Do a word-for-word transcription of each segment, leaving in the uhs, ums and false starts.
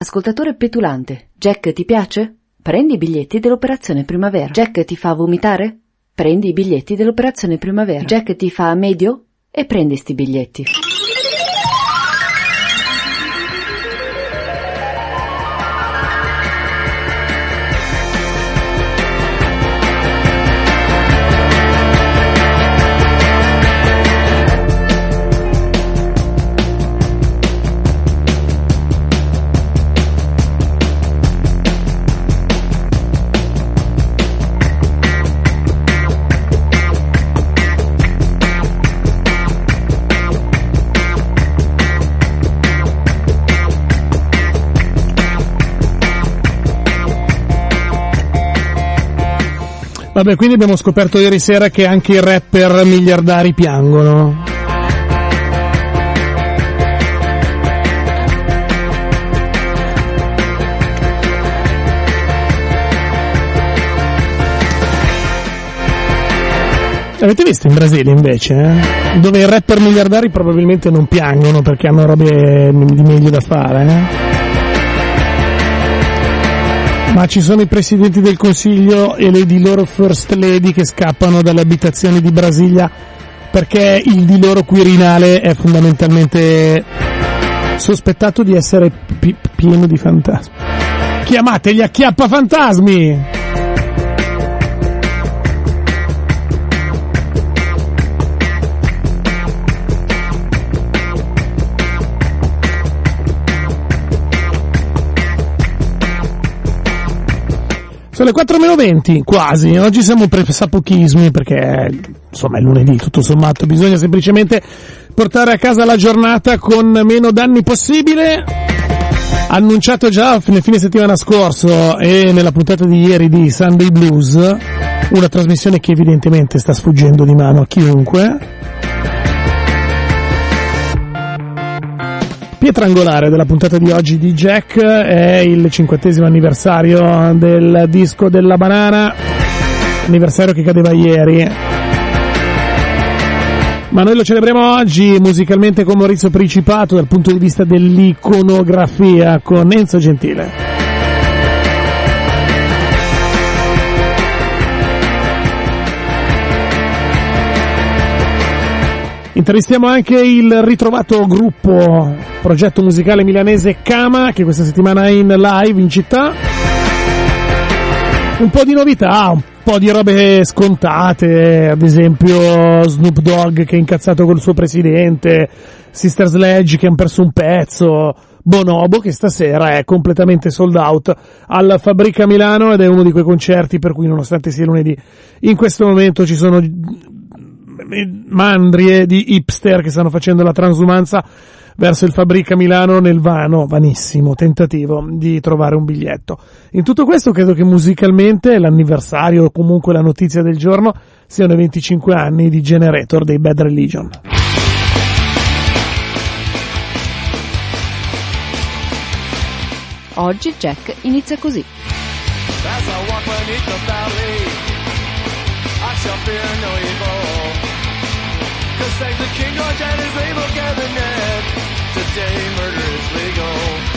Ascoltatore petulante, Jack ti piace? Prendi i biglietti dell'operazione primavera. Jack ti fa vomitare? Prendi i biglietti dell'operazione primavera. Jack ti fa medio? E prendi sti biglietti. Vabbè, quindi abbiamo scoperto ieri sera che anche i rapper miliardari piangono. Avete visto in Brasile invece, eh? Dove i rapper miliardari probabilmente non piangono perché hanno robe di meglio da fare, eh? Ma ci sono i presidenti del Consiglio e le di loro first lady che scappano dalle abitazioni di Brasilia perché il di loro Quirinale è fondamentalmente sospettato di essere pi- pieno di fantasmi. Chiamateli acchiappafantasmi! Sono le quattro meno venti, quasi. Oggi siamo pressapochismi perché, insomma, è lunedì, tutto sommato. Bisogna semplicemente portare a casa la giornata con meno danni possibile. Annunciato già nel fine settimana scorso e nella puntata di ieri di Sunday Blues, una trasmissione che evidentemente sta sfuggendo di mano a chiunque. Pietra angolare della puntata di oggi di Jack è il cinquantesimo anniversario del disco della banana, anniversario che cadeva ieri, ma noi lo celebriamo oggi musicalmente con Maurizio Principato dal punto di vista dell'iconografia con Enzo Gentile. Intervistiamo anche il ritrovato gruppo, progetto musicale milanese Kama, che questa settimana è in live in città. Un po' di novità, un po' di robe scontate, ad esempio Snoop Dogg che è incazzato col suo presidente, Sister Sledge che hanno perso un pezzo, Bonobo che stasera è completamente sold out al Fabrica Milano ed è uno di quei concerti per cui, nonostante sia lunedì, in questo momento ci sono mandrie di hipster che stanno facendo la transumanza verso il Fabrica Milano nel vano, vanissimo tentativo di trovare un biglietto. In tutto questo credo che musicalmente l'anniversario o comunque la notizia del giorno siano i venticinque anni di Generator dei Bad Religion. Oggi Jack inizia così. Save the King George and his evil cabinet. Today murder is legal.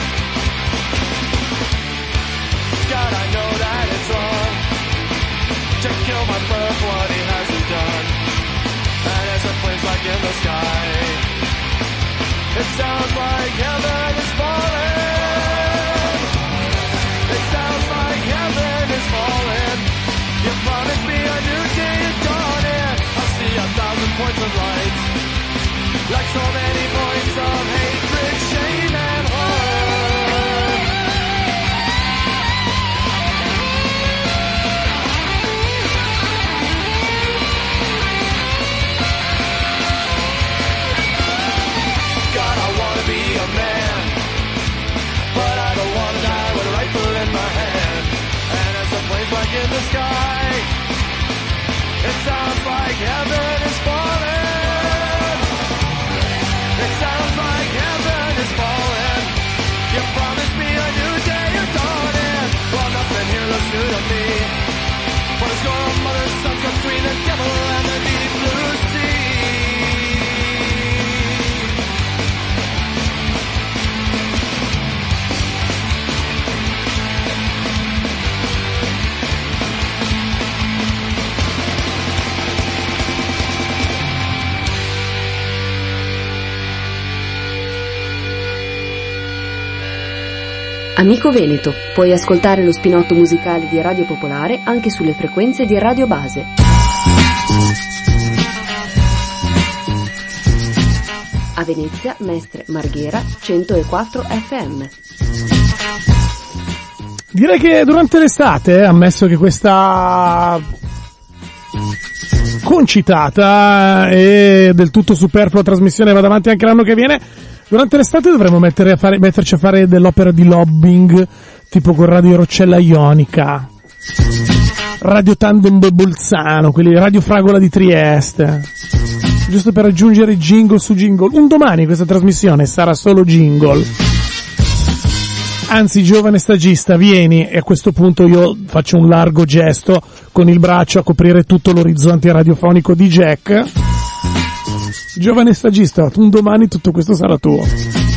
God, I know that it's wrong to kill my birth, what he hasn't done. And as it flames like in the sky, it sounds like heaven is falling. It sounds like heaven is falling. You promised me a new day is dawning. I see a thousand points of light, like so many points of hatred, shame and horror. God, I wanna be a man, but I don't wanna die with a rifle in my hand. And as the flames like in the sky, it sounds like heaven is falling. It sounds like heaven is falling. You promised me a new day of dawning. Well, nothing here looks new to me. But a score of mothers, sons between the devil and the deep blue sea. Amico Veneto, puoi ascoltare lo spinotto musicale di Radio Popolare anche sulle frequenze di Radio Base. A Venezia, Mestre Marghera, centoquattro F M. Direi che durante l'estate, ammesso che questa concitata e del tutto superflua trasmissione vada avanti anche l'anno che viene, durante l'estate dovremmo mettere a fare, metterci a fare dell'opera di lobbying, tipo con Radio Roccella Ionica, Radio Tandem di Bolzano, quelli Radio Fragola di Trieste, giusto per aggiungere jingle su jingle. Un domani questa trasmissione sarà solo jingle. Anzi, giovane stagista, vieni, e a questo punto io faccio un largo gesto con il braccio a coprire tutto l'orizzonte radiofonico di Jack. Giovane stagista, un domani tutto questo sarà tuo.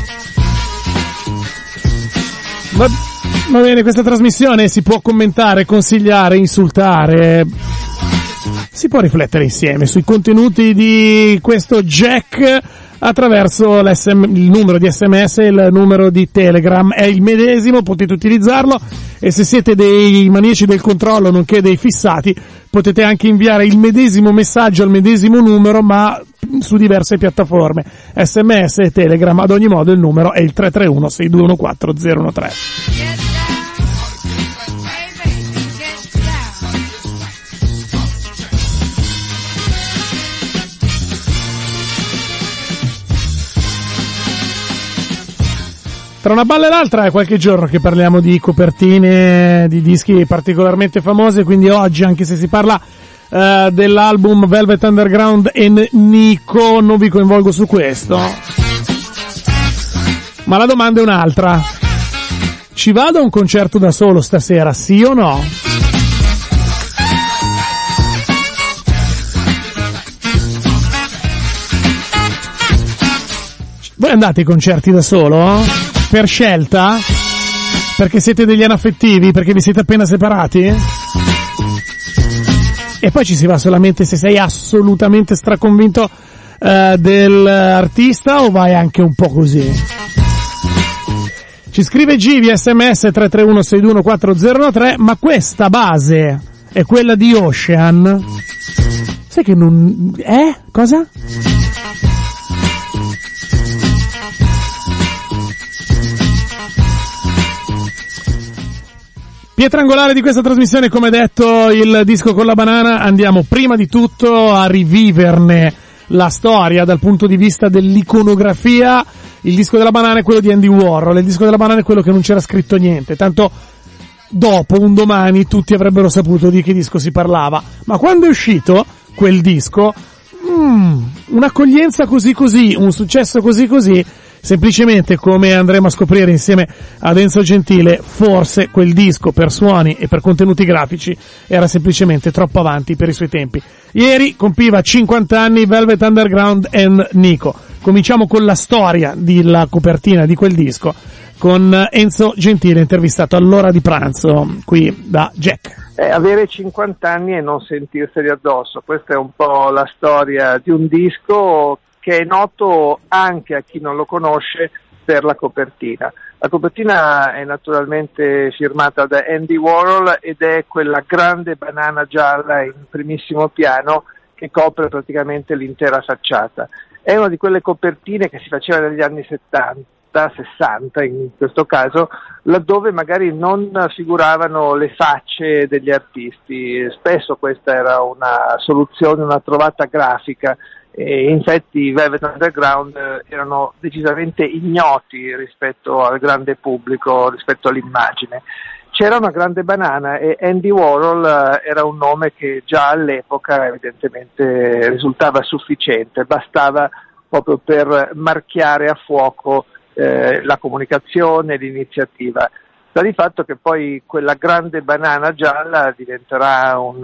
Va, va bene, questa trasmissione si può commentare, consigliare, insultare, si può riflettere insieme sui contenuti di questo Jack attraverso il numero di sms e il numero di Telegram. È il medesimo, potete utilizzarlo, e se siete dei maniaci del controllo nonché dei fissati potete anche inviare il medesimo messaggio al medesimo numero ma su diverse piattaforme, sms e Telegram. Ad ogni modo il numero è il tre tre uno sei due uno quattro zero uno tre. Tra una balla e l'altra è qualche giorno che parliamo di copertine di dischi particolarmente famosi, quindi oggi, anche se si parla uh, dell'album Velvet Underground e Nico, non vi coinvolgo su questo. Ma la domanda è un'altra. Ci vado a un concerto da solo stasera, sì o no? Voi andate ai concerti da solo? Per scelta? Perché siete degli anaffettivi? Perché vi siete appena separati? E poi ci si va solamente se sei assolutamente straconvinto uh, dell'artista, o vai anche un po' così? Ci scrive G via sms tre tre uno sei due uno quattro zero uno tre, ma questa base è quella di Ocean? Sai che non... Eh? Cosa? Pietra angolare di questa trasmissione, come detto, il disco con la banana. Andiamo prima di tutto a riviverne la storia dal punto di vista dell'iconografia. Il disco della banana è quello di Andy Warhol, il disco della banana è quello che non c'era scritto niente, tanto dopo, un domani, tutti avrebbero saputo di che disco si parlava. Ma quando è uscito quel disco, mm, un'accoglienza così così, un successo così così, semplicemente, come andremo a scoprire insieme ad Enzo Gentile, forse quel disco per suoni e per contenuti grafici era semplicemente troppo avanti per i suoi tempi. Ieri compiva cinquanta anni Velvet Underground and Nico. Cominciamo con la storia della copertina di quel disco con Enzo Gentile, intervistato all'ora di pranzo qui da Jack. Eh, avere cinquanta anni e non sentirseli addosso, questa è un po' la storia di un disco che è noto anche a chi non lo conosce per la copertina. La copertina è naturalmente firmata da Andy Warhol ed è quella grande banana gialla in primissimo piano che copre praticamente l'intera facciata. È una di quelle copertine che si faceva negli anni settanta, sessanta in questo caso, laddove magari non figuravano le facce degli artisti. Spesso questa era una soluzione, una trovata grafica. E infatti i Velvet Underground erano decisamente ignoti rispetto al grande pubblico, rispetto all'immagine. C'era una grande banana e Andy Warhol era un nome che già all'epoca evidentemente risultava sufficiente, bastava proprio per marchiare a fuoco eh, la comunicazione, l'iniziativa. Sta di fatto che poi quella grande banana gialla diventerà un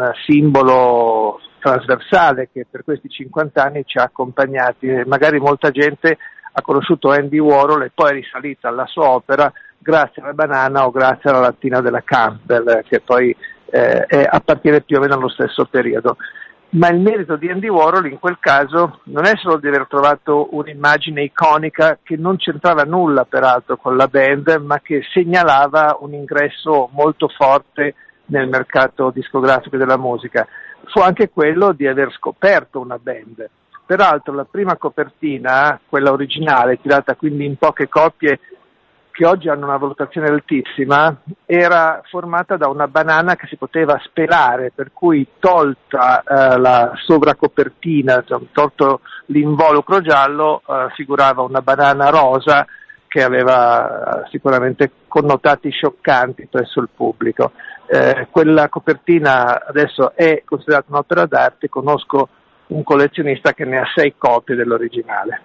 simbolo trasversale che per questi cinquanta anni ci ha accompagnati. Magari molta gente ha conosciuto Andy Warhol e poi è risalita alla sua opera grazie alla banana o grazie alla lattina della Campbell, che poi eh, è, appartiene più o meno allo stesso periodo. Ma il merito di Andy Warhol in quel caso non è solo di aver trovato un'immagine iconica che non c'entrava nulla peraltro con la band, ma che segnalava un ingresso molto forte nel mercato discografico della musica. Fu anche quello di aver scoperto una band. Peraltro la prima copertina, quella originale, tirata quindi in poche copie che oggi hanno una valutazione altissima, era formata da una banana che si poteva spelare, per cui tolta eh, la sovracopertina, cioè, tolto l'involucro giallo, eh, figurava una banana rosa che aveva eh, sicuramente connotati scioccanti presso il pubblico. Eh, quella copertina adesso è considerata un'opera d'arte, conosco un collezionista che ne ha sei copie dell'originale.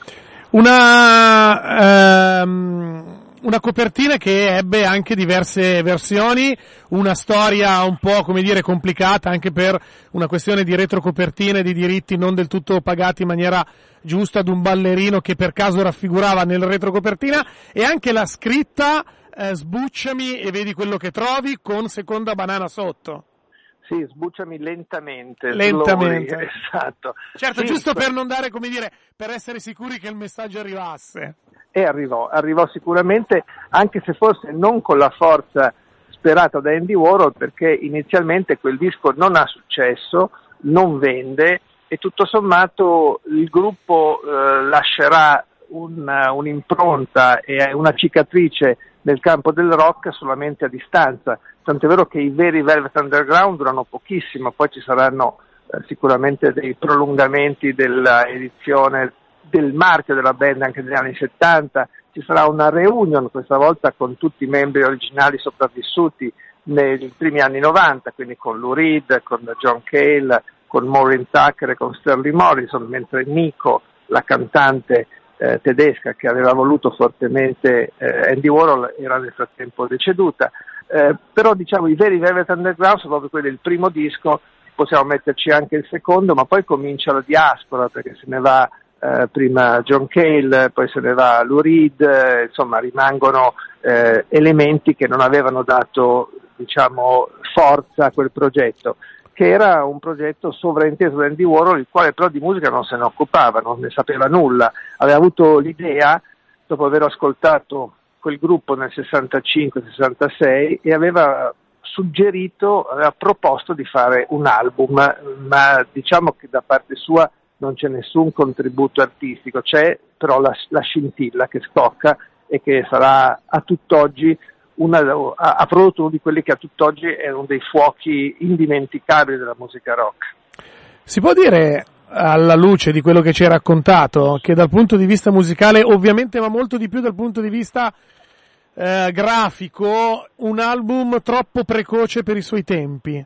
Una... Ehm... Una copertina che ebbe anche diverse versioni, una storia un po', come dire, complicata anche per una questione di retrocopertine, di diritti non del tutto pagati in maniera giusta ad un ballerino che per caso raffigurava nel retrocopertina, e anche la scritta eh, sbucciami e vedi quello che trovi con seconda banana sotto. Sì, sbucciami lentamente. Lentamente. Slowly, esatto. Certo, sì, giusto per non dare, come dire, per essere sicuri che il messaggio arrivasse. E arrivò, arrivò sicuramente, anche se forse non con la forza sperata da Andy Warhol, perché inizialmente quel disco non ha successo, non vende, e tutto sommato il gruppo eh, lascerà una, un'impronta e una cicatrice nel campo del rock solamente a distanza, tant'è vero che i veri Velvet Underground durano pochissimo, poi ci saranno eh, sicuramente dei prolungamenti della edizione del marchio della band anche negli anni settanta, ci sarà una reunion questa volta con tutti i membri originali sopravvissuti nei primi anni novanta, quindi con Lou Reed, con John Cale, con Maureen Tucker e con Sterling Morrison, mentre Nico, la cantante eh, tedesca che aveva voluto fortemente eh, Andy Warhol, era nel frattempo deceduta. Eh, però diciamo i veri Velvet Underground sono proprio quelli del primo disco, possiamo metterci anche il secondo, ma poi comincia la diaspora, perché se ne va eh, prima John Cale, poi se ne va Lou Reed, eh, insomma rimangono eh, elementi che non avevano dato, diciamo, forza a quel progetto, che era un progetto sovrainteso da Andy Warhol, il quale però di musica non se ne occupava, non ne sapeva nulla, aveva avuto l'idea dopo aver ascoltato quel gruppo nel sessantacinque sessantasei e aveva suggerito, aveva proposto di fare un album, ma diciamo che da parte sua non c'è nessun contributo artistico, c'è però la, la scintilla che scocca e che sarà a tutt'oggi una, ha, ha prodotto uno di quelli che a tutt'oggi è uno dei fuochi indimenticabili della musica rock. Si può dire, alla luce di quello che ci hai raccontato, che dal punto di vista musicale, ovviamente, ma molto di più dal punto di vista eh, grafico, un album troppo precoce per i suoi tempi?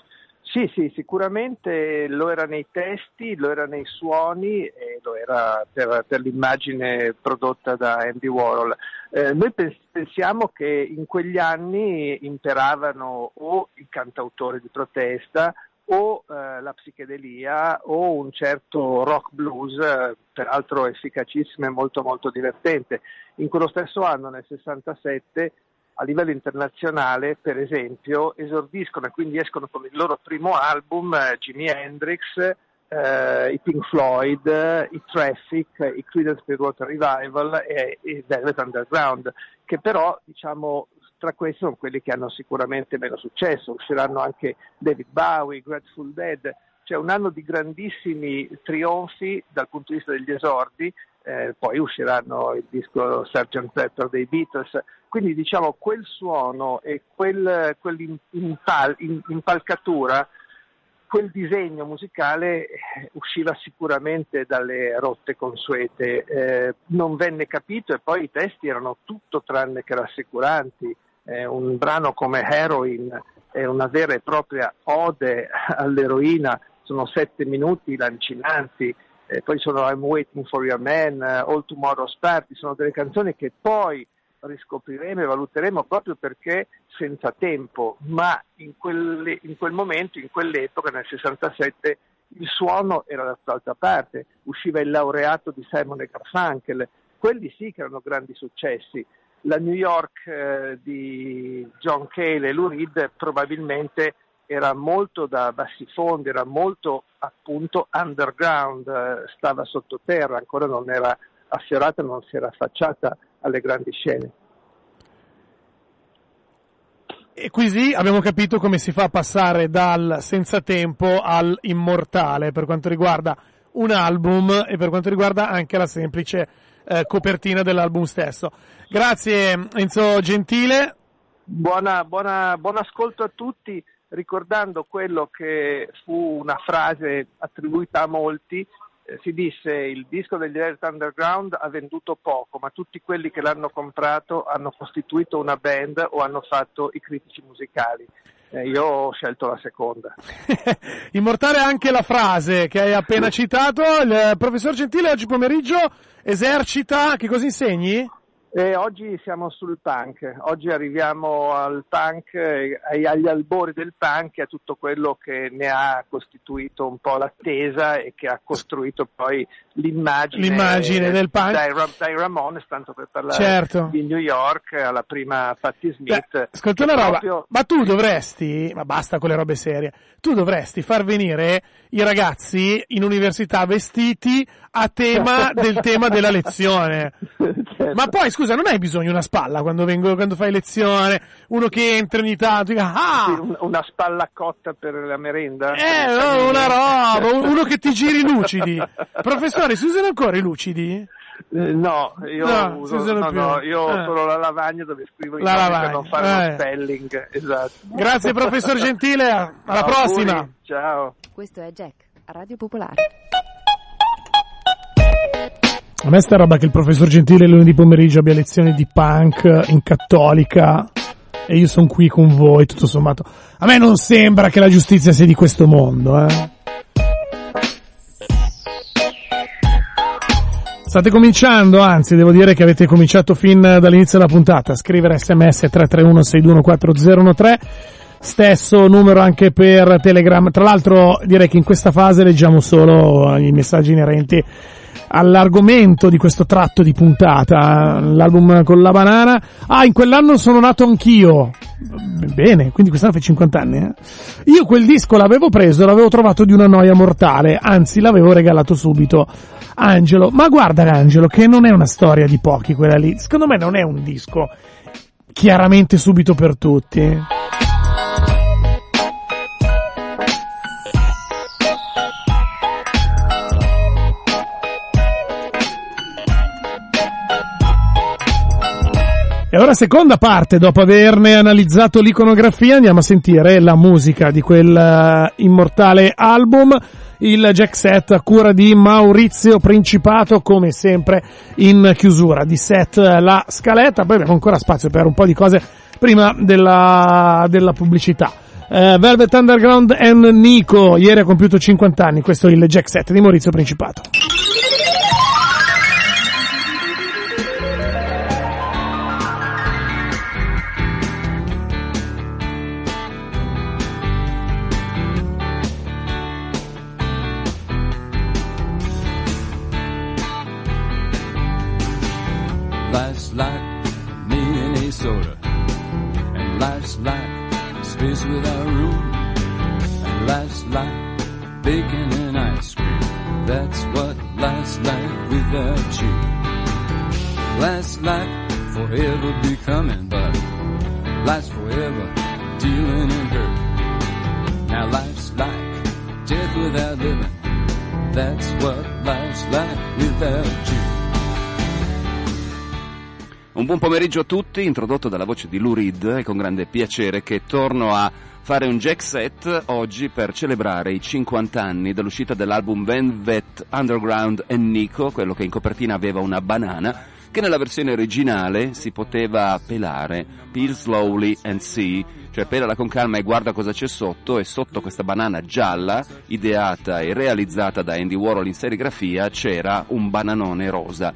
Sì, sì, sicuramente lo era nei testi, lo era nei suoni e lo era per, per l'immagine prodotta da Andy Warhol. Eh, noi pensiamo che in quegli anni imperavano o i cantautori di protesta o eh, la psichedelia o un certo rock blues, eh, peraltro efficacissimo e molto molto divertente. In quello stesso anno, nel sessantasette, a livello internazionale, per esempio, esordiscono e quindi escono con il loro primo album eh, Jimi Hendrix, eh, i Pink Floyd, eh, i Traffic, i Creedence Clearwater Revival e i Velvet Underground, che però, diciamo, tra questi sono quelli che hanno sicuramente meno successo. Usciranno anche David Bowie, Grateful Dead. C'è un anno di grandissimi trionfi dal punto di vista degli esordi, eh, poi usciranno il disco sergeant Pepper dei Beatles. Quindi diciamo quel suono e quel, quell'impal, impalcatura, quel disegno musicale eh, usciva sicuramente dalle rotte consuete, eh, non venne capito e poi i testi erano tutto tranne che rassicuranti. Eh, un brano come Heroin è una vera e propria ode all'eroina, sono sette minuti lancinanti, eh, poi sono I'm Waiting for Your Man, uh, All Tomorrow's Party, sono delle canzoni che poi riscopriremo e valuteremo proprio perché senza tempo, ma in, quelle, in quel momento, in quell'epoca, nel sessantasette, il suono era da tutt'altra parte, usciva il laureato di Simon e Garfunkel, quelli sì che erano grandi successi. La New York eh, di John Cale e Lou Reed probabilmente era molto da bassifondi, era molto appunto underground, eh, stava sottoterra, ancora non era affiorata, non si era affacciata alle grandi scene. E così abbiamo capito come si fa a passare dal senza tempo al immortale per quanto riguarda un album e per quanto riguarda anche la semplice eh, copertina dell'album stesso. Grazie Enzo Gentile. Buona, buona, buon ascolto a tutti, ricordando quello che fu una frase attribuita a molti. Eh, si disse: il disco degli Velvet Underground ha venduto poco, ma tutti quelli che l'hanno comprato hanno costituito una band o hanno fatto i critici musicali. Eh, io ho scelto la seconda. Immortale anche la frase che hai appena citato. Il professor Gentile oggi pomeriggio esercita, che cosa insegni? E oggi siamo sul punk, oggi arriviamo al punk, ai, agli albori del punk e a tutto quello che ne ha costituito un po' l'attesa e che ha costruito poi l'immagine, l'immagine del punk dai, dai Ramones, tanto per parlare certo. di New York alla prima Patti Smith. Beh, ascolta una roba, proprio... ma tu dovresti, ma basta con le robe serie, tu dovresti far venire i ragazzi in università vestiti a tema del tema della lezione. Certo. Ma poi scusa, non hai bisogno di una spalla quando vengo, quando fai lezione, uno che entra ogni tanto, dica, ah! Sì, una spalla cotta per la merenda? Eh, no, una roba, uno che ti giri lucidi. Professore, si usano ancora i lucidi? Eh, no, io no, uso, no, no, io ho eh. solo la lavagna dove scrivo i la nomi lavagna. per non fare eh. lo spelling. Esatto. Grazie professor Gentile, alla Ciao, prossima. Auguri. Ciao. Questo è Jack, a Radio Popolare. A me sta roba che il professor Gentile lunedì pomeriggio abbia lezioni di punk in cattolica e io sono qui con voi, tutto sommato. A me non sembra che la giustizia sia di questo mondo, eh. State cominciando, anzi devo dire che avete cominciato fin dall'inizio della puntata a scrivere sms tre tre uno sei due uno quattro zero uno tre, stesso numero anche per Telegram. Tra l'altro direi che in questa fase leggiamo solo i messaggi inerenti all'argomento di questo tratto di puntata, l'album con la banana. Ah, in quell'anno sono nato anch'io. Bene, quindi quest'anno fai cinquanta anni, eh? Io quel disco l'avevo preso, l'avevo trovato di una noia mortale, anzi l'avevo regalato subito Angelo. Ma guarda Angelo, che non è una storia di pochi quella lì, secondo me non è un disco chiaramente subito per tutti. E ora seconda parte, dopo averne analizzato l'iconografia, andiamo a sentire la musica di quel uh, immortale album, il Jack Set a cura di Maurizio Principato, come sempre in chiusura di set la scaletta, poi abbiamo ancora spazio per un po' di cose prima della, della pubblicità. Uh, Velvet Underground and Nico, ieri ha compiuto cinquanta anni, questo è il Jack Set di Maurizio Principato. Life's like Minnesota, and life's like space without room, and life's like bacon and ice cream. That's what life's like without you. Life's like forever becoming, but life's forever dealing in hurt. Now life's like death without living. That's what life's like without you. Un buon pomeriggio a tutti, introdotto dalla voce di Lou Reed, è con grande piacere che torno a fare un Jack Set oggi per celebrare i cinquanta anni dall'uscita dell'album Velvet Underground and Nico, quello che in copertina aveva una banana, che nella versione originale si poteva pelare, peel slowly and see, cioè pelala con calma e guarda cosa c'è sotto, e sotto questa banana gialla, ideata e realizzata da Andy Warhol in serigrafia, c'era un bananone rosa.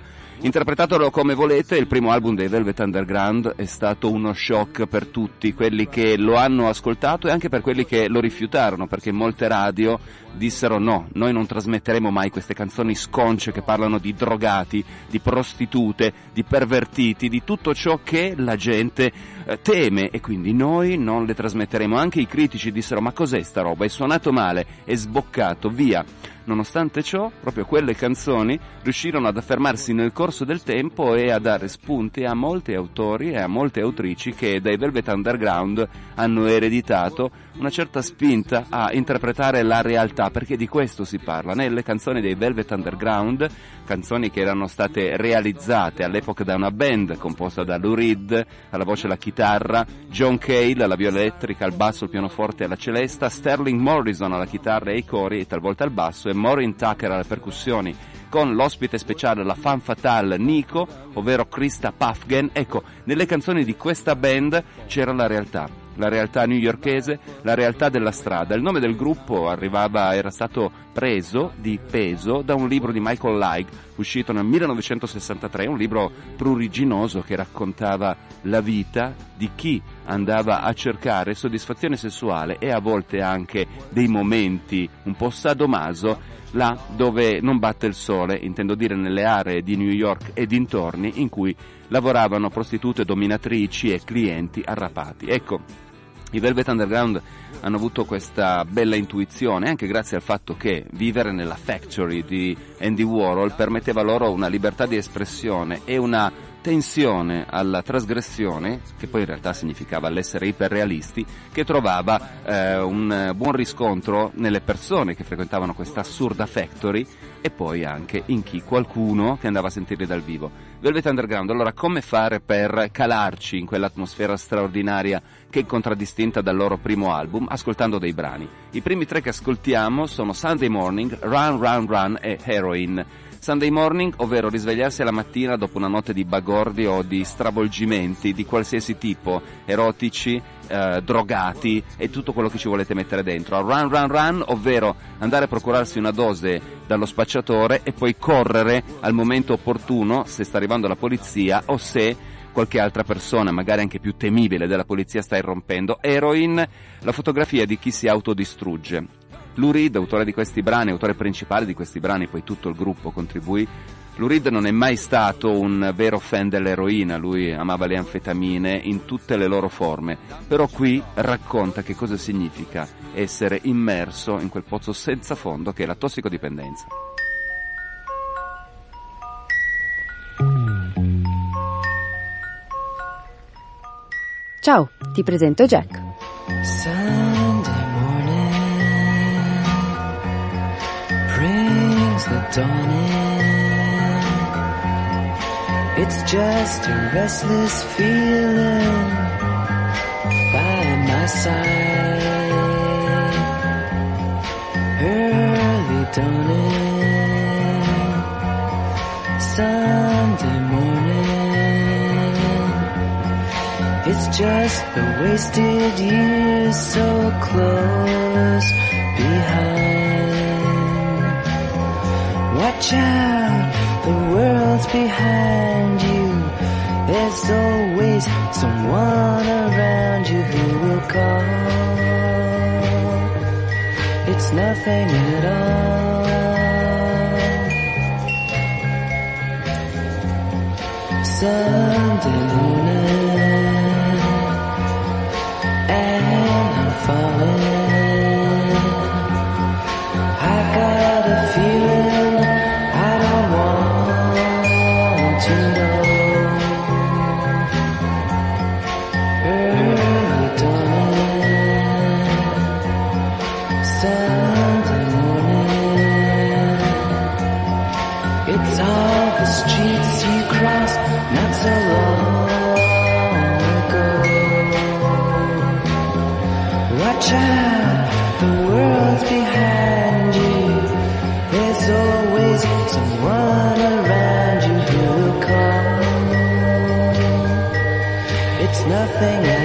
Interpretatelo come volete, il primo album dei Velvet Underground è stato uno shock per tutti, quelli che lo hanno ascoltato e anche per quelli che lo rifiutarono, perché molte radio dissero no, noi non trasmetteremo mai queste canzoni sconce che parlano di drogati, di prostitute, di pervertiti, di tutto ciò che la gente eh, teme, e quindi noi non le trasmetteremo. Anche i critici dissero ma cos'è sta roba, è suonato male, è sboccato, via. Nonostante ciò, proprio quelle canzoni riuscirono ad affermarsi nel corso del tempo e a dare spunti a molti autori e a molte autrici che dai Velvet Underground hanno ereditato una certa spinta a interpretare la realtà, perché di questo si parla nelle canzoni dei Velvet Underground, canzoni che erano state realizzate all'epoca da una band composta da Lou Reed alla voce e alla chitarra, John Cale alla viola elettrica, al basso, al pianoforte e alla celesta, Sterling Morrison alla chitarra e ai cori e talvolta al basso, e Maureen Tucker alle percussioni, con l'ospite speciale, la femme fatale Nico, ovvero Krista Puffgen. Ecco, nelle canzoni di questa band c'era la realtà, la realtà newyorkese, la realtà della strada. Il nome del gruppo arrivava, era stato preso di peso da un libro di Michael Leigh, uscito nel millenovecentosessantatré, un libro pruriginoso che raccontava la vita di chi andava a cercare soddisfazione sessuale e a volte anche dei momenti un po' sadomaso là dove non batte il sole, intendo dire nelle aree di New York e dintorni in cui lavoravano prostitute, dominatrici e clienti arrapati. Ecco, i Velvet Underground hanno avuto questa bella intuizione, anche grazie al fatto che vivere nella factory di Andy Warhol permetteva loro una libertà di espressione e una tensione alla trasgressione, che poi in realtà significava l'essere iperrealisti, che trovava eh, un buon riscontro nelle persone che frequentavano questa assurda factory e poi anche in chi, qualcuno che andava a sentirli dal vivo. Velvet Underground, allora come fare per calarci in quell'atmosfera straordinaria che è contraddistinta dal loro primo album, ascoltando dei brani. I primi tre che ascoltiamo sono Sunday Morning, Run Run Run e Heroin. Sunday Morning, ovvero risvegliarsi alla mattina dopo una notte di bagordi o di stravolgimenti di qualsiasi tipo, erotici, eh, drogati e tutto quello che ci volete mettere dentro. Run Run Run, ovvero andare a procurarsi una dose dallo spacciatore e poi correre al momento opportuno se sta arrivando la polizia o se qualche altra persona, magari anche più temibile della polizia, sta irrompendo. Heroin, la fotografia di chi si autodistrugge. Lou Reed, autore di questi brani, autore principale di questi brani, poi tutto il gruppo contribuì. Lou Reed non è mai stato un vero fan dell'eroina, lui amava le anfetamine in tutte le loro forme, però qui racconta che cosa significa essere immerso in quel pozzo senza fondo che è la tossicodipendenza. Ciao, ti presento Jack. Sunday morning brings the dawn in. It's just a restless feeling by my side. Early dawning, Sunday morning. It's just the wasted years so close behind. Watch out, the world's behind you. There's always someone around you who will call. It's nothing at all. Sunday morning, falling. I got a feeling I don't want to know. Early dawning, Sunday morning. It's all the streets you crossed not so long ago. Watch out, the world's behind you. There's always someone around you who will call. It's nothing at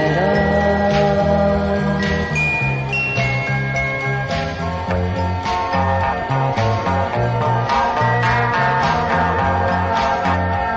all.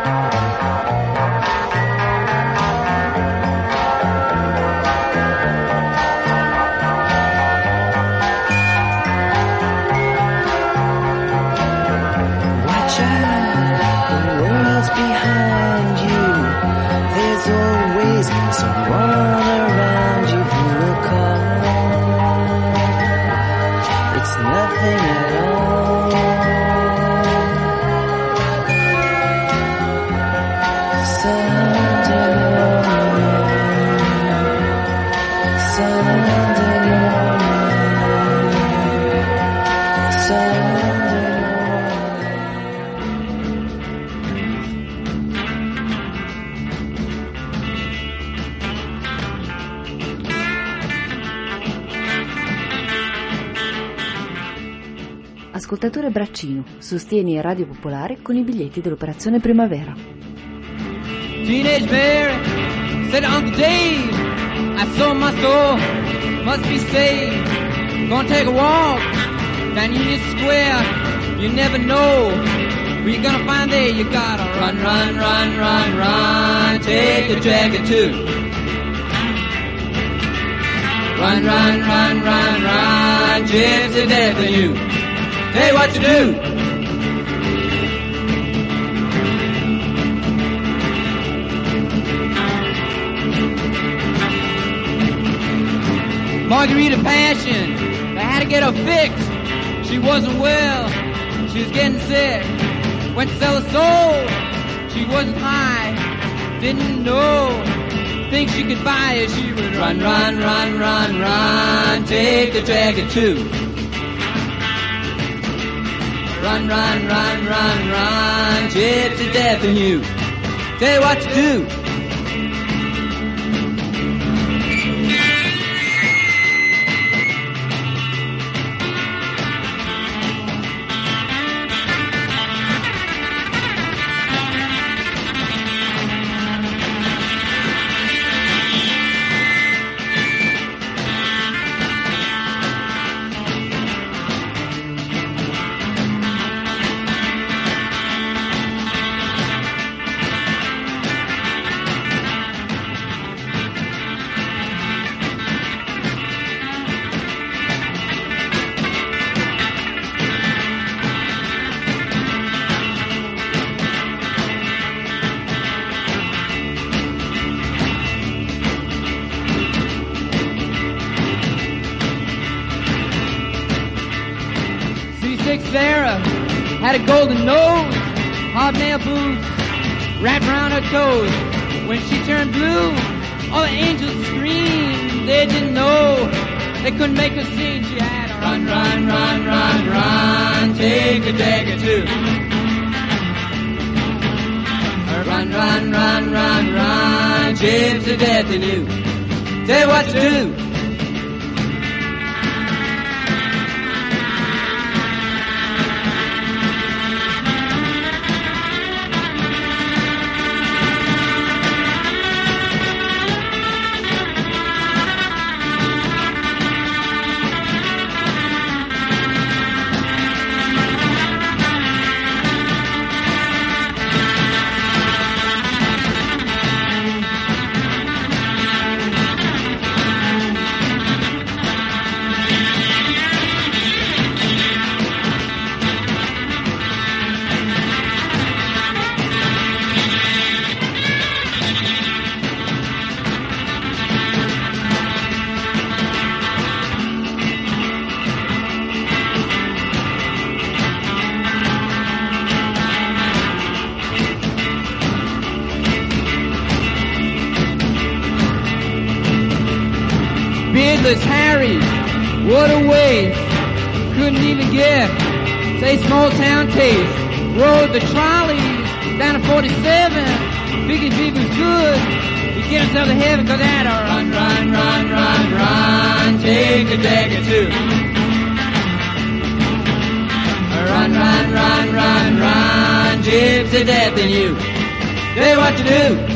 Ascoltatore Braccino, sostieni Radio Popolare con i biglietti dell'Operazione Primavera. Teenage Mary said to Uncle Dave, I sold my soul, must be saved. Gonna take a walk down Union Square, you never know who you're gonna find there. You gotta run, run, run, run, run, take a jacket too. Run, run, run, run, run, gypsy death of you. Hey, what you do? Margarita Passion, they had to get her fixed. She wasn't well, she was getting sick. Went to sell her soul, she wasn't high, didn't know. Think she could buy it, she would run, run, run, run, run, take the jacket too. Run, run, run, run, run, gypsy death in you. Tell you what to do. Sarah had a golden nose, hobnail boots wrapped around her toes. When she turned blue, all the angels screamed. They didn't know, they couldn't make her sing. She had to run, run, run, run, run, take a dagger too. Run, run, run, run, run, gypsy death in you. Tell you what to do. Beardless Harry, what a waste. Couldn't even get, say, small town taste. Rode the trolleys down to forty-seven. Figured if he was good, he'd get himself to heaven. Cause that run, run, run, run, run, take a dagger too. Run, run, run, run, run, gypsy death in you. Tell you what to do.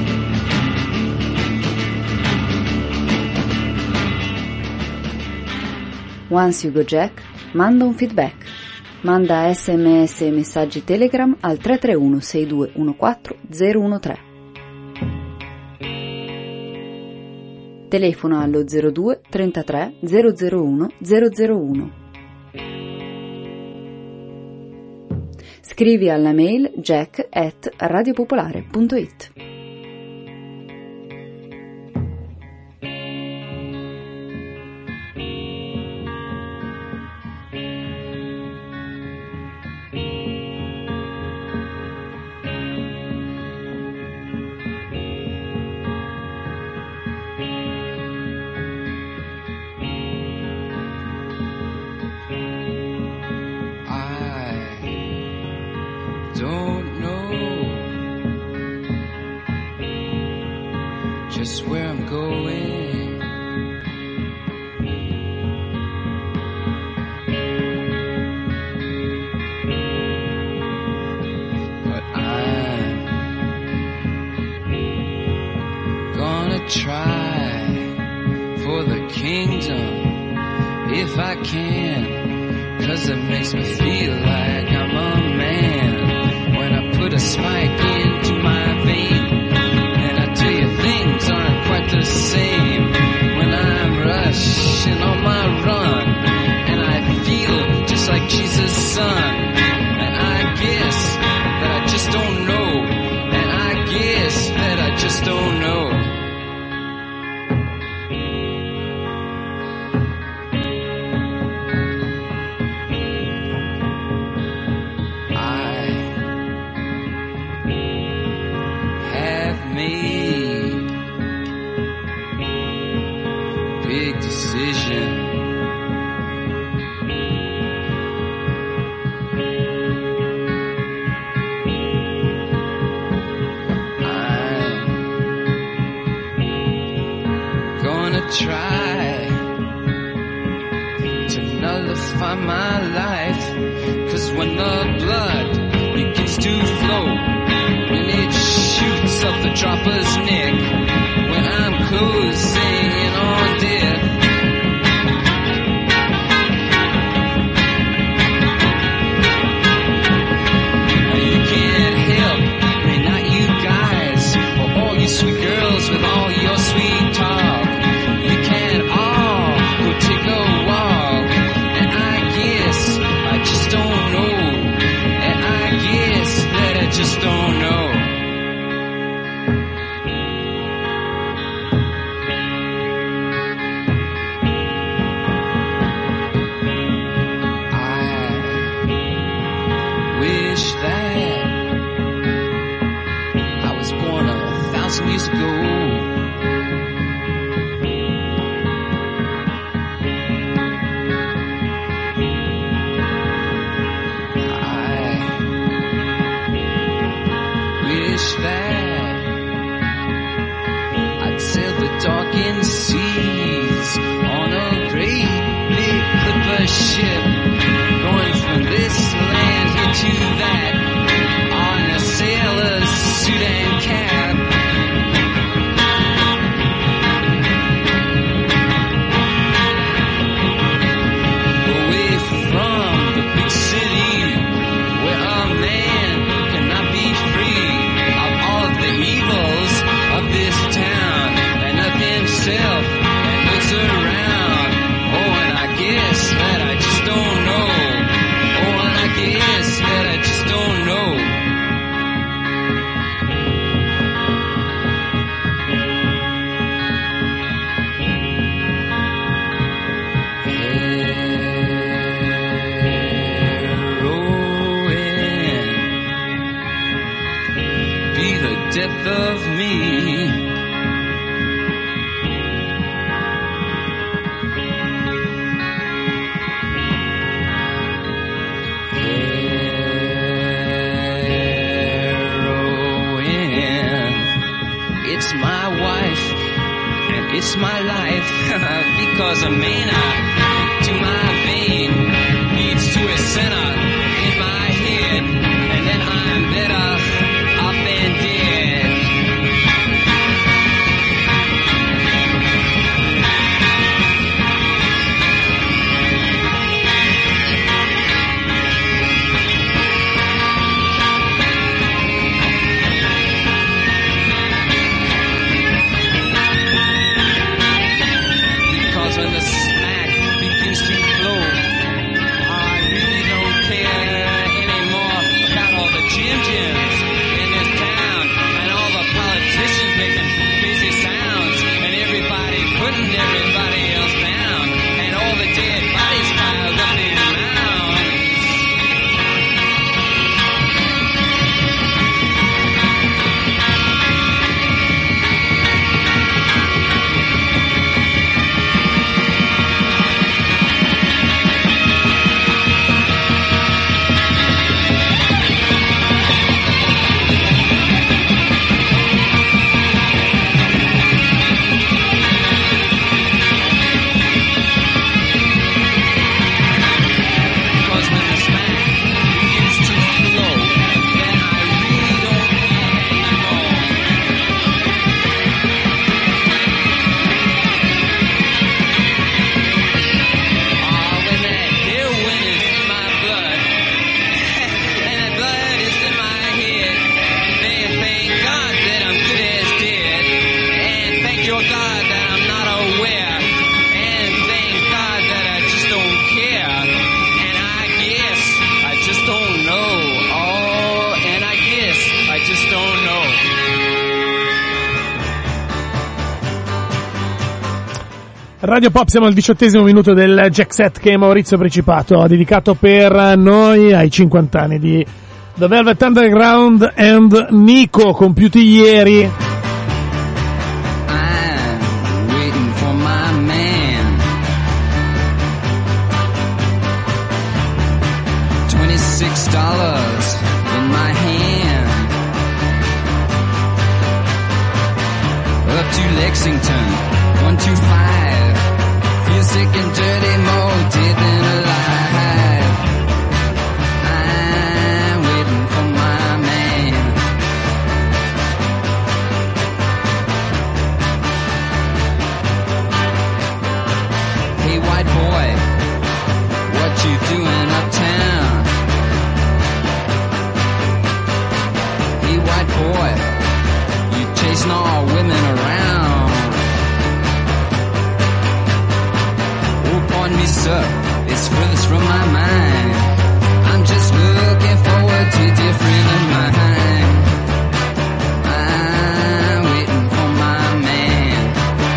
Once You Go Jack manda un feedback. Manda sms e messaggi Telegram al tre tre uno sei due uno quattro zero uno tre. Telefono allo zero due trentatré zero zero uno zero zero uno. Scrivi alla mail jack at radiopopolare punto it. Don't know just where I'm going. for the kingdom if I can, 'cause it makes me feel like I'm a man. When I put a spike into my vein, and I tell you things aren't quite the same. When I'm rushing on my run, and I feel just like Jesus' son, and I guess that I just don't know, and I guess that I just don't know. Try to nullify my life, 'cause when the blood begins to flow, when it shoots up the dropper's neck, when I'm closing in on death, you can't help me, not you guys, or all you sweet girls with all your sweet talk. Just don't know. I wish that I was born a thousand years ago. That I'd sail the darkened seas on a great big clipper ship, going from this land here to that on a sailor's suit and cap. Away from the big city where a man cannot be free the evils of this town and of himself and looks around. Oh, and I guess that I just don't know. Oh, and I guess that I just don't know. Death of me. Heroin. It's my wife and it's my life because a mana to my vein leads to a center in my head, and then I'm better off than dead. Because when the smack begins to flow, I really don't care. Radio Pop, siamo al diciottesimo minuto del Jack Set che Maurizio Principato ha dedicato per noi ai cinquanta anni di The Velvet Underground and Nico, compiuti ieri. I'm waiting for my man. twenty-six dollars in my hand. Up to Lexington, one two five. Feel sick and dirty, more dead than alive. I'm waiting for my man. Hey white boy, what you doing uptown? Hey white boy, you chasing all women around. On me, sir, it's furthest from my mind. I'm just looking forward to different of mine. I'm waiting for my man.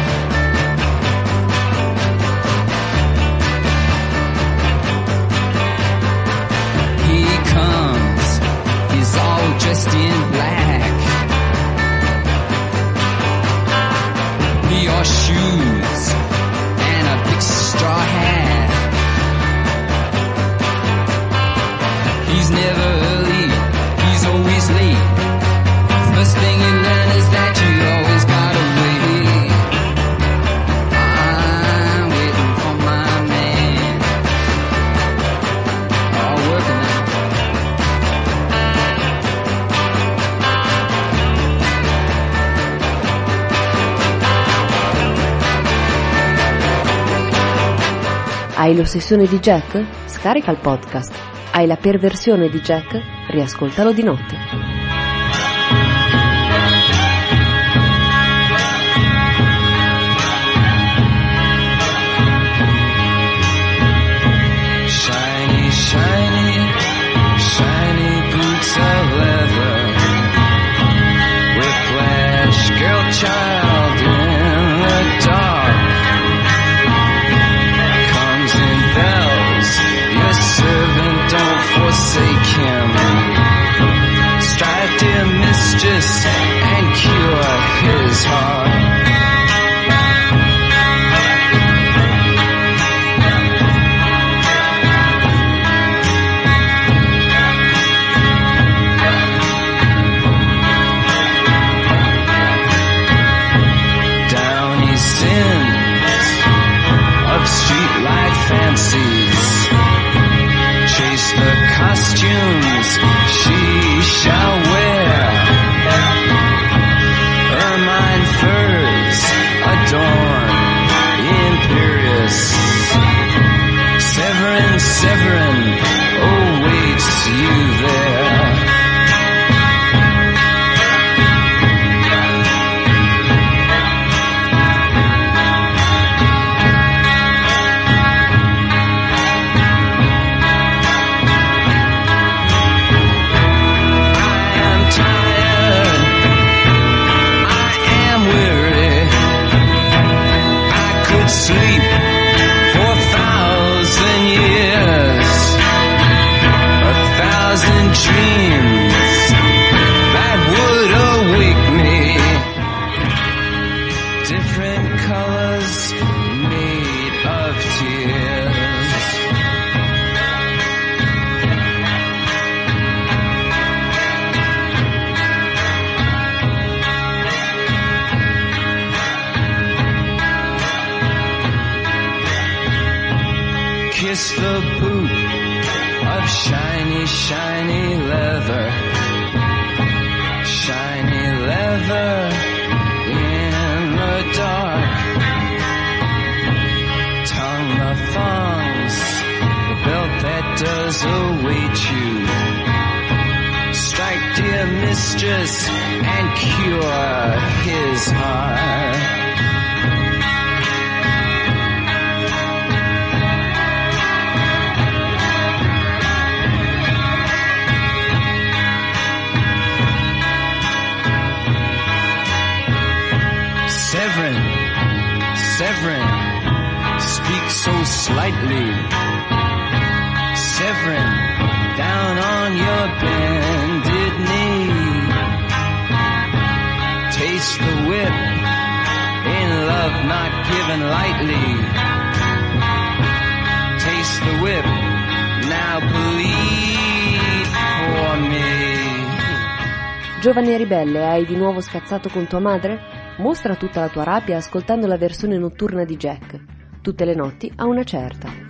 He comes, he's all dressed in black. He wore shoes and a big straw hat. He's never early, he's always late. First thing you learn is that you always gotta wait. I'm waiting for my man. Oh, working now. Hai l'ossessione di Jack? Scarica il podcast. Hai la perversione di Jack? Riascoltalo di notte. Shiny, shiny, shiny boots of leather. Whiplash, girl child in the dark. Comes in bells, your servant, don't forsake him. Strive, dear mistress, and cure his heart. Down he sins of streetlight fancies. Chase the costumes she shall wear. Ermine furs adorn imperious. Severin, Severin awaits you there. Sleep for a thousand years, a thousand dreams that would awake me. Different colors made of tears. Kiss the boot of shiny, shiny leather. Shiny leather in the dark. Tongue the thongs, the belt that does await you. Strike, dear mistress, and cure his heart. Severin, Severin, slightly, severing down on your bended knee. Taste the whip, in love not given lightly. Taste the whip, now plead for me. Giovane ribelle, hai di nuovo scazzato con tua madre? Mostra tutta la tua rabbia ascoltando la versione notturna di Jack. Tutte le notti a una certa.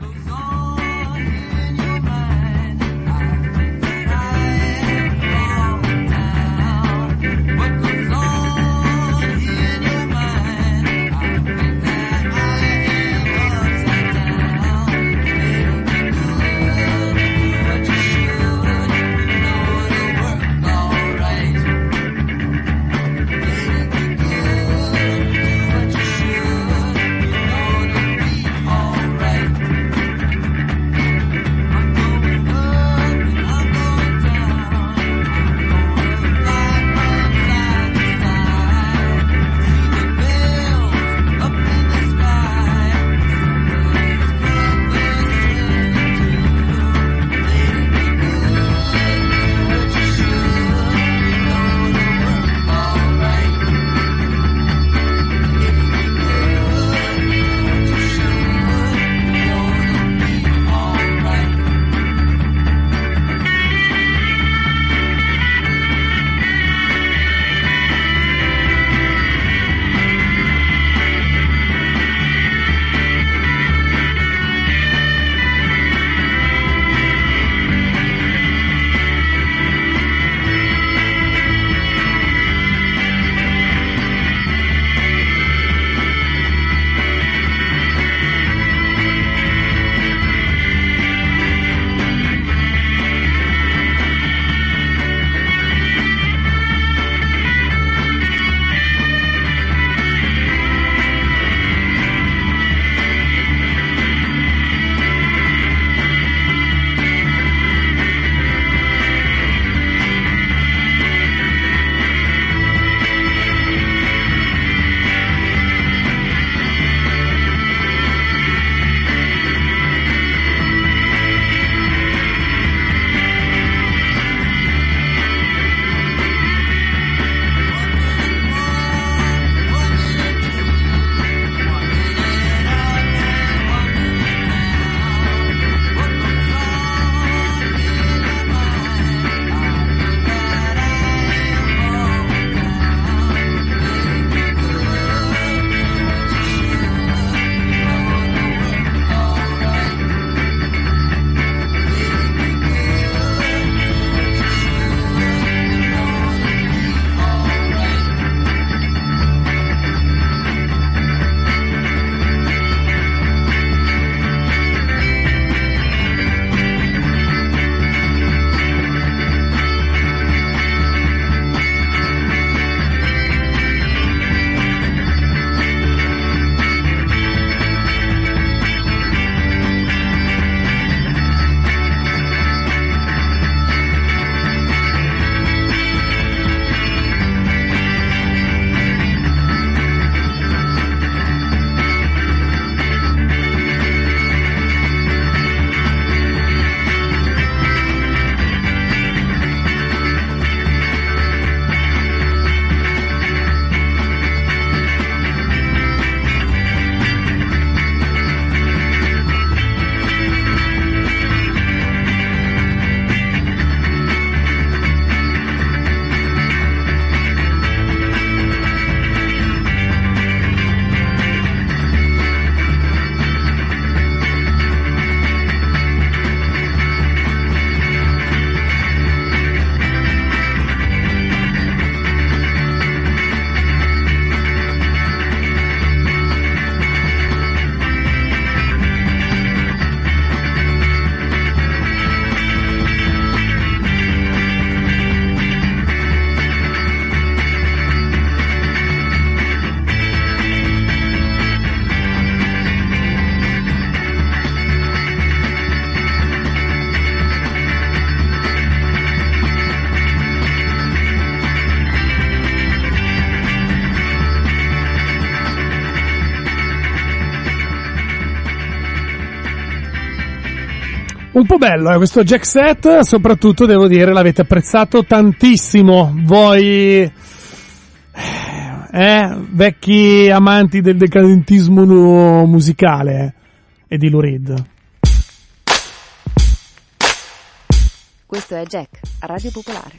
Un po' bello, eh, questo Jack Set, soprattutto devo dire l'avete apprezzato tantissimo, voi eh, vecchi amanti del decadentismo musicale e di Lou Reed. Questo è Jack, a Radio Popolare.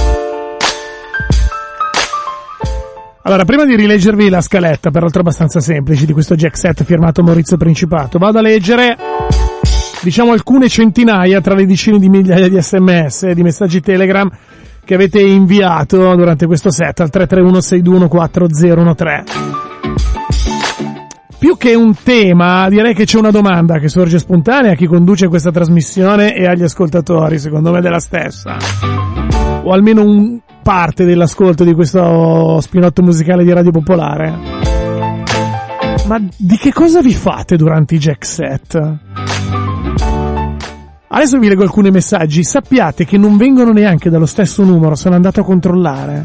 Allora, prima di rileggervi la scaletta, peraltro abbastanza semplice, di questo Jack Set firmato Maurizio Principato, vado a leggere, diciamo, alcune centinaia tra le decine di migliaia di sms e di messaggi Telegram che avete inviato durante questo set al tre tre uno sei due uno quattro zero uno tre. Più che un tema, direi che c'è una domanda che sorge spontanea a chi conduce questa trasmissione e agli ascoltatori, secondo me della stessa, o almeno un parte dell'ascolto di questo spinotto musicale di Radio Popolare. Ma di che cosa vi fate durante i Jack Set? Adesso vi leggo alcuni messaggi. Sappiate che non vengono neanche dallo stesso numero, sono andato a controllare.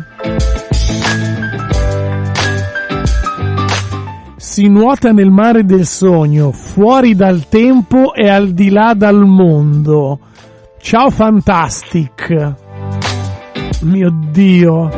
Si nuota nel mare del sogno, fuori dal tempo e al di là dal mondo. Ciao Fantastic. Mio Dio.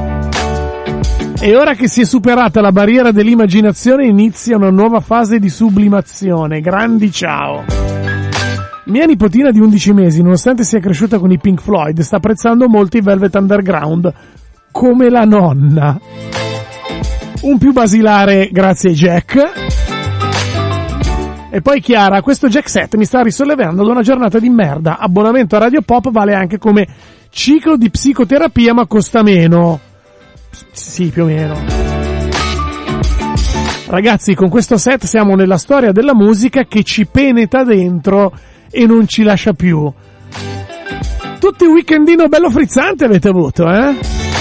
E ora che si è superata la barriera dell'immaginazione inizia una nuova fase di sublimazione. Grandi ciao. Mia nipotina di undici mesi, nonostante sia cresciuta con i Pink Floyd, sta apprezzando molto i Velvet Underground, come la nonna. Un più basilare grazie ai Jack. E poi Chiara, questo Jack Set mi sta risollevando da una giornata di merda. Abbonamento a Radio Pop vale anche come ciclo di psicoterapia, ma costa meno. Sì, più o meno. Ragazzi, con questo set siamo nella storia della musica che ci penetra dentro e non ci lascia più. Tutti un weekendino bello frizzante avete avuto, eh?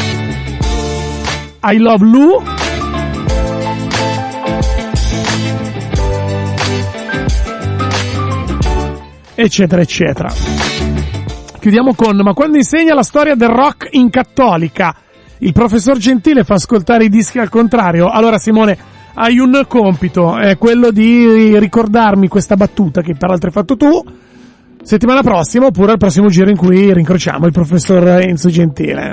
I Love Lou. Eccetera, eccetera. Chiudiamo con, ma quando insegna la storia del rock in cattolica, il professor Gentile fa ascoltare i dischi al contrario? Allora Simone, hai un compito, è quello di ricordarmi questa battuta che peraltro hai fatto tu, settimana prossima, oppure al prossimo giro in cui rincrociamo il professor Enzo Gentile.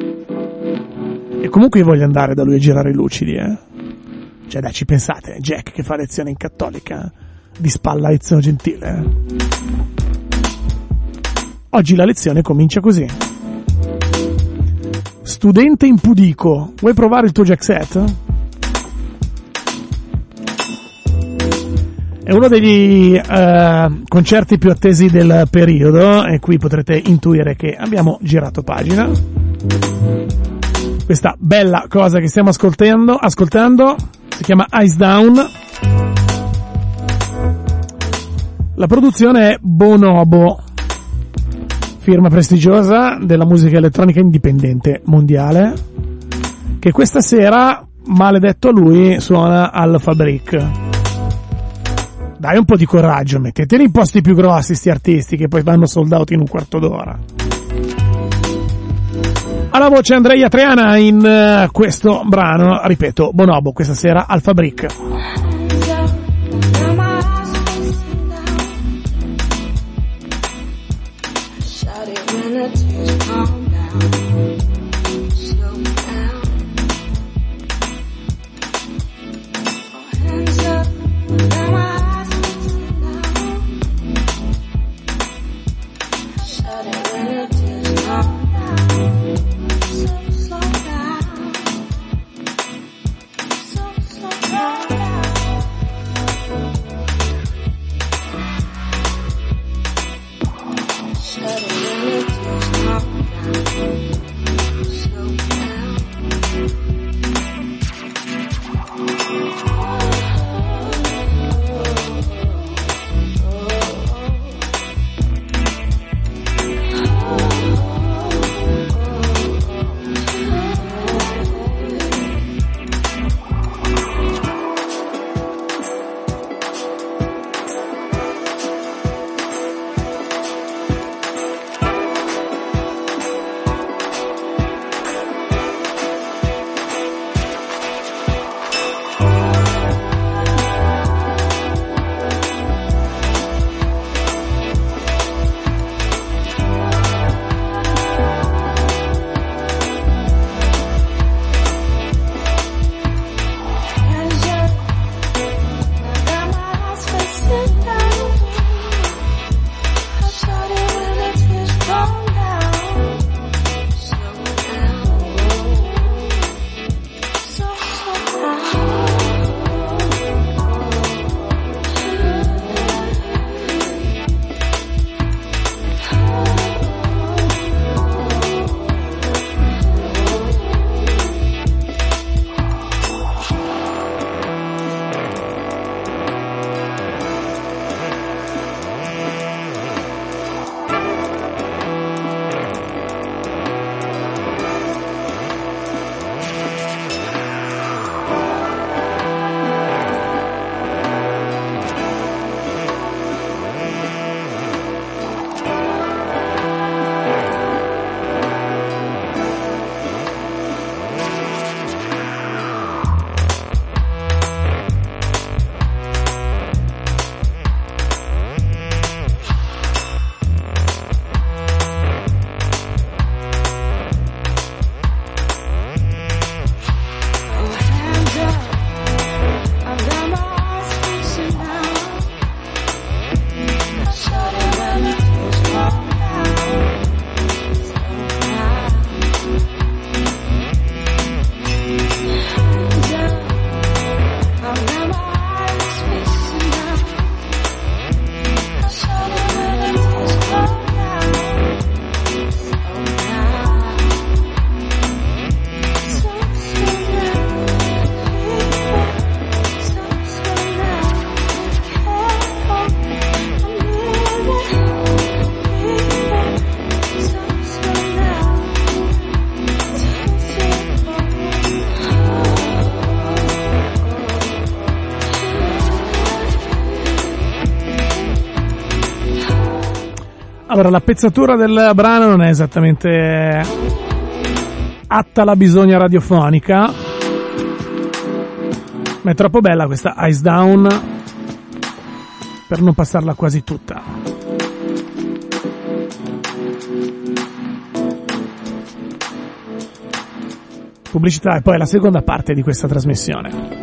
E comunque io voglio andare da lui a girare lucidi, eh. Cioè dai, ci pensate, Jack che fa lezione in cattolica, di spalla a Enzo Gentile. Oggi la lezione comincia così. Studente impudico, vuoi provare il tuo Jack Set? È uno degli uh, concerti più attesi del periodo e qui potrete intuire che abbiamo girato pagina. Questa bella cosa che stiamo ascoltando, ascoltando si chiama Eyes Down. La produzione è Bonobo, firma prestigiosa della musica elettronica indipendente mondiale, che questa sera, maledetto a lui, suona al Fabric. Dai un po' di coraggio, metteteli in posti più grossi sti artisti che poi vanno sold out in un quarto d'ora. Alla voce Andrea Triana in uh, questo brano, ripeto, Bonobo questa sera al Fabric. Slow down. Allora, la pezzatura del brano non è esattamente atta alla bisogna radiofonica, ma è troppo bella questa Eyes Down per non passarla quasi tutta. Pubblicità e poi la seconda parte di questa trasmissione.